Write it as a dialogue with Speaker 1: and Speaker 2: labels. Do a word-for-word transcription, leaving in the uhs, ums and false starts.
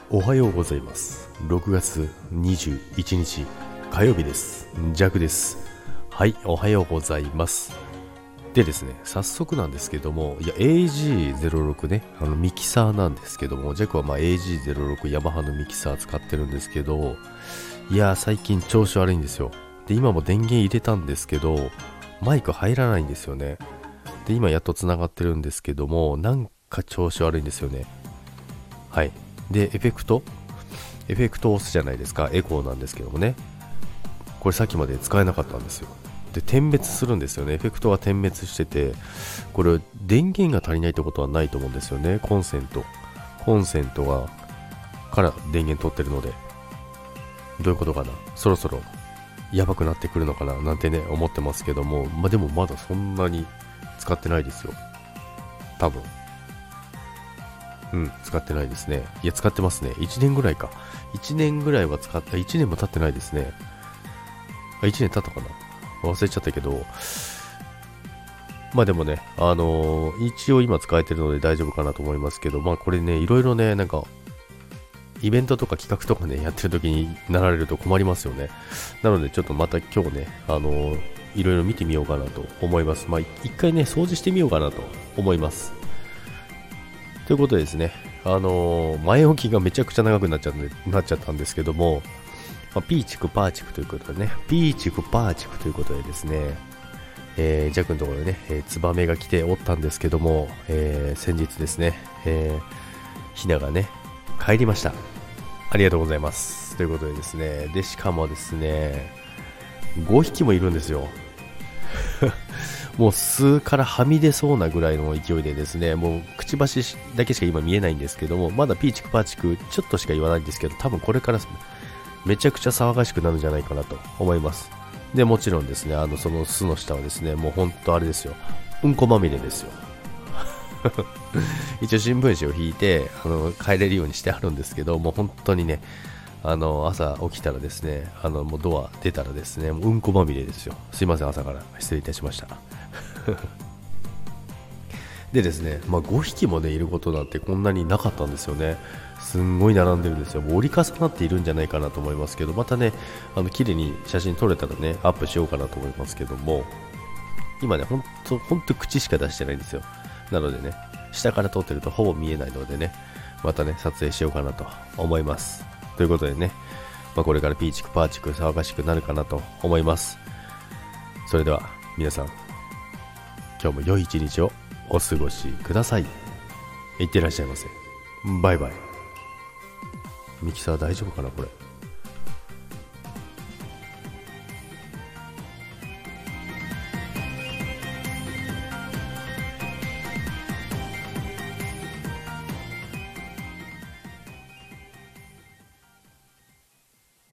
Speaker 1: おはようございます。ろくがつにじゅういちにち火曜日です。ジャクです。はい、おはようございます。でですね、早速なんですけども、いや エージーゼロろく ね、あのミキサーなんですけども、ジャクはまあ エージーゼロろく ヤマハのミキサー使ってるんですけど、いや最近調子悪いんですよ。で、今も電源入れたんですけど、マイク入らないんですよね。で、今やっと繋がってるんですけども、なんか調子悪いんですよね。はい。で、エフェクトエフェクトを押すじゃないですか。エコーなんですけどもね。これさっきまで使えなかったんですよ。で、点滅するんですよね。エフェクトが点滅してて、これ電源が足りないってことはないと思うんですよね。コンセント。コンセントが、から電源取ってるので。どういうことかな。そろそろやばくなってくるのかななんてね、思ってますけども。まあ、でもまだそんなに使ってないですよ。多分。うん、使ってないですね。いや、使ってますね。いちねんぐらいか。いちねんぐらいは使った。いちねんも経ってないですね。あ、いちねん経ったかな忘れちゃったけど。まあでもね、あのー、一応今使えてるので大丈夫かなと思いますけど、まあこれね、いろいろね、なんか、イベントとか企画とかね、やってる時になられると困りますよね。なのでちょっとまた今日ね、あのー、いろいろ見てみようかなと思います。まあ一回ね、掃除してみようかなと思います。ということでですね、あのー、前置きがめちゃくちゃ長くなっちゃなっちゃったんですけども、まあ、ピーチクパーチクということでね、ピーチクパーチクということでですね、えー、ジャックのところでね、えー、ツバメが来ておったんですけども、えー、先日ですね、えー、ヒナがね、帰りました。ありがとうございます。ということでですね、で、しかもですね、ごひきもいるんですよ。もう巣からはみ出そうなぐらいの勢いでですね、もうくちばしだけしか今見えないんですけども、まだピーチクパーチクちょっとしか言わないんですけど、多分これからめちゃくちゃ騒がしくなるんじゃないかなと思います。で、もちろんですね、あのその巣の下はですね、もう本当あれですよ、うんこまみれですよ。一応新聞紙を引いてあの帰れるようにしてあるんですけど、もう本当にね、あの朝起きたらですね、あのもうドア出たらですね、もううんこまみれですよ。すいません、朝から失礼いたしました。でですね、まあ、ごひきもねいることなんてこんなになかったんですよね。すんごい並んでるんですよ。もう折り重なっているんじゃないかなと思いますけど、またね、あの綺麗に写真撮れたらねアップしようかなと思いますけども、今ねほんとほんと口しか出してないんですよ。なのでね、下から撮ってるとほぼ見えないのでね、またね撮影しようかなと思います。ということでね、まあ、これからピーチクパーチク騒がしくなるかなと思います。それでは皆さん、今日も良い一日をお過ごしください。いってらっしゃいませ。バイバイ。ミキサー大丈夫かなこれ。